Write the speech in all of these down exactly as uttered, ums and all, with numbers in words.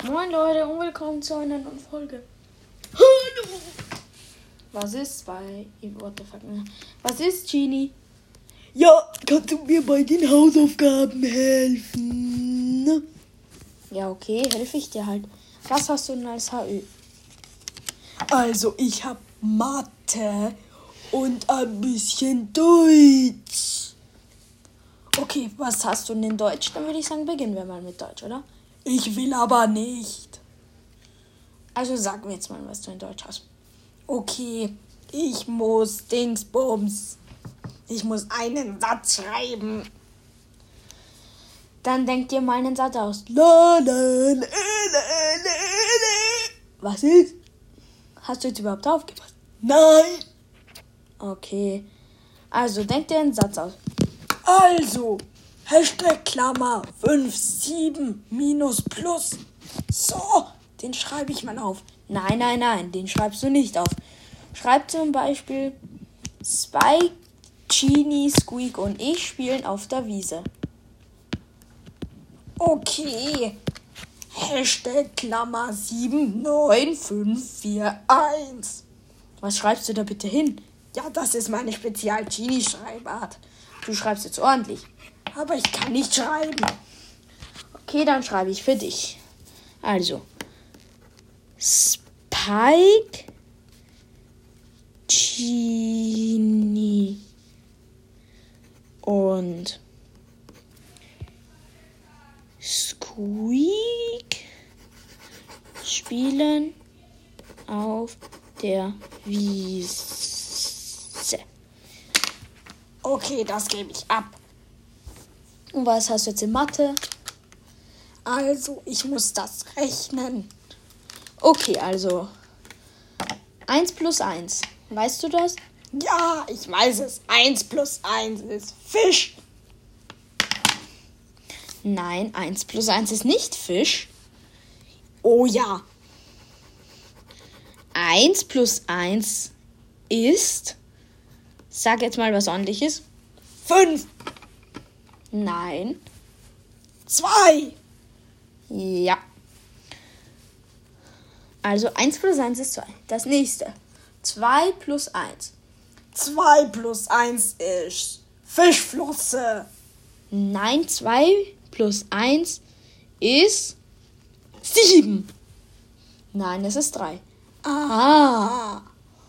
Moin Leute und willkommen zu einer neuen Folge. Hallo! Was ist bei... What the fuck? Was ist, Genie? Ja, kannst du mir bei den Hausaufgaben helfen? Ja, okay, helfe ich dir halt. Was hast du denn als H Ö? Also, ich habe Mathe und ein bisschen Deutsch. Okay, was hast du denn in Deutsch? Dann würde ich sagen, beginnen wir mal mit Deutsch, oder? Ich will aber nicht. Also sag mir jetzt mal, was du in Deutsch hast. Okay, ich muss Dingsbums. Ich muss einen Satz schreiben. Dann denk dir mal einen Satz aus. La, la, la, la, la, la. Was ist? Hast du jetzt überhaupt aufgepasst? Nein. Okay. Also denk dir einen Satz aus. Also, Hashtag Klammer fünf sieben minus plus. So, den schreibe ich mal auf. Nein, nein, nein, den schreibst du nicht auf. Schreib zum Beispiel Spike, Genie, Squeak und ich spielen auf der Wiese. Okay. Hashtag Klammer sieben neun fünf vier eins. Was schreibst du da bitte hin? Ja, das ist meine Spezial-Genie-Schreibart. Du schreibst jetzt ordentlich. Aber ich kann nicht schreiben. Okay, dann schreibe ich für dich. Also, Spike, Genie und Squeak spielen auf der Wiese. Okay, das gebe ich ab. Und was hast du jetzt in Mathe? Also, ich muss das rechnen. Okay, also eins plus eins. Weißt du das? Ja, ich weiß es. eins plus eins ist Fisch. Nein, eins plus eins ist nicht Fisch. Oh ja. eins plus eins ist... Sag jetzt mal was ordentliches. fünf. Nein. zwei. Ja. Also eins plus eins ist zwei. Das nächste. zwei plus eins. zwei plus eins ist Fischflosse. Nein, zwei plus eins ist... sieben. Nein, es ist drei. Ah.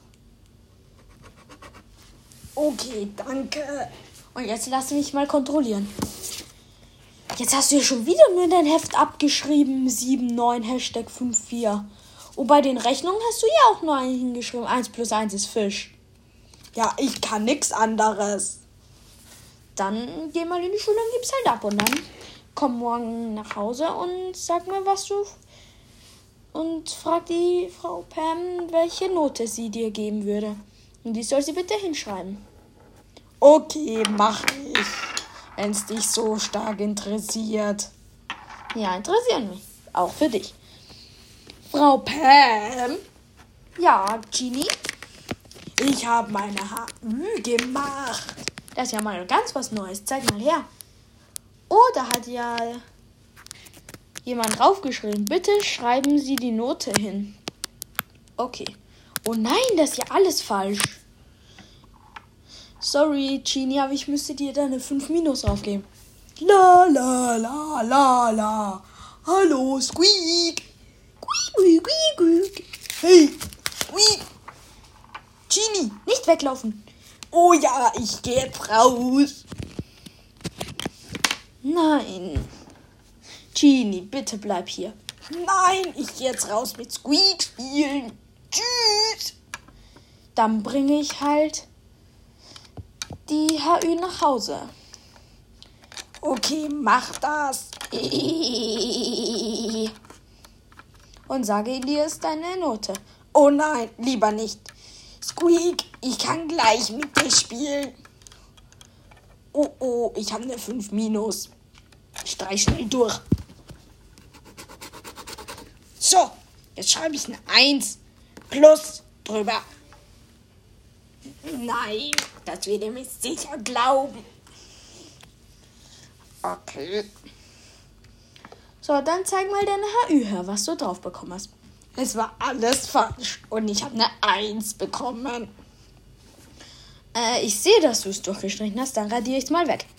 Okay, danke. Und jetzt lass mich mal kontrollieren. Jetzt hast du ja schon wieder nur in dein Heft abgeschrieben. sieben neun Hashtag fünf vier. Und bei den Rechnungen hast du ja auch nur einen hingeschrieben. eins plus eins ist Fisch. Ja, ich kann nichts anderes. Dann geh mal in die Schule und gib's halt ab. Und dann komm morgen nach Hause und sag mir, was du... Und frag die Frau Pam, welche Note sie dir geben würde. Und die soll sie bitte hinschreiben. Okay, mach ich. Wenn es dich so stark interessiert. Ja, interessieren mich. Auch für dich. Frau Pam? Ja, Genie? Ich habe meine H Ü gemacht. Das ist ja mal ganz was Neues. Zeig mal her. Oh, da hat ja jemand draufgeschrieben. Bitte schreiben Sie die Note hin. Okay. Oh nein, das ist ja alles falsch. Sorry, Genie, aber ich müsste dir deine fünf Minus draufgeben. La la la la la. Hallo, Squeak. Squeak, squeak, squeak. Hey, Squeak. Genie, nicht weglaufen. Oh ja, ich gehe jetzt raus. Nein. Genie, bitte bleib hier. Nein, ich gehe jetzt raus mit Squeak spielen. Tschüss. Dann bringe ich halt die H Ü nach Hause. Okay, mach das. Und sage dir, ist deine Note. Oh nein, lieber nicht. Squeak, ich kann gleich mit dir spielen. Oh oh, ich habe eine fünf minus. Streich schnell durch. So, jetzt schreibe ich eine eins plus drüber. Nein, das wird ihr mir sicher glauben. Okay. So, dann zeig mal deine H Ü her, was du drauf bekommen hast. Es war alles falsch und ich habe eine eins bekommen. Äh, ich sehe, dass du es durchgestrichen hast, dann radiere ich es mal weg.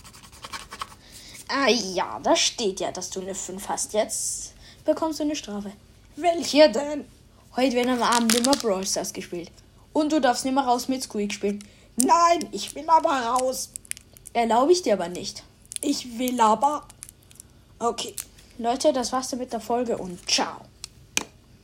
Ah ja, da steht ja, dass du eine fünf hast. Jetzt bekommst du eine Strafe. Welche denn? Heute wird am Abend immer Brawl Stars gespielt. Und du darfst nicht mehr raus mit Squeak spielen. Nein, ich will aber raus. Erlaube ich dir aber nicht. Ich will aber. Okay. Leute, das war's dann mit der Folge und ciao.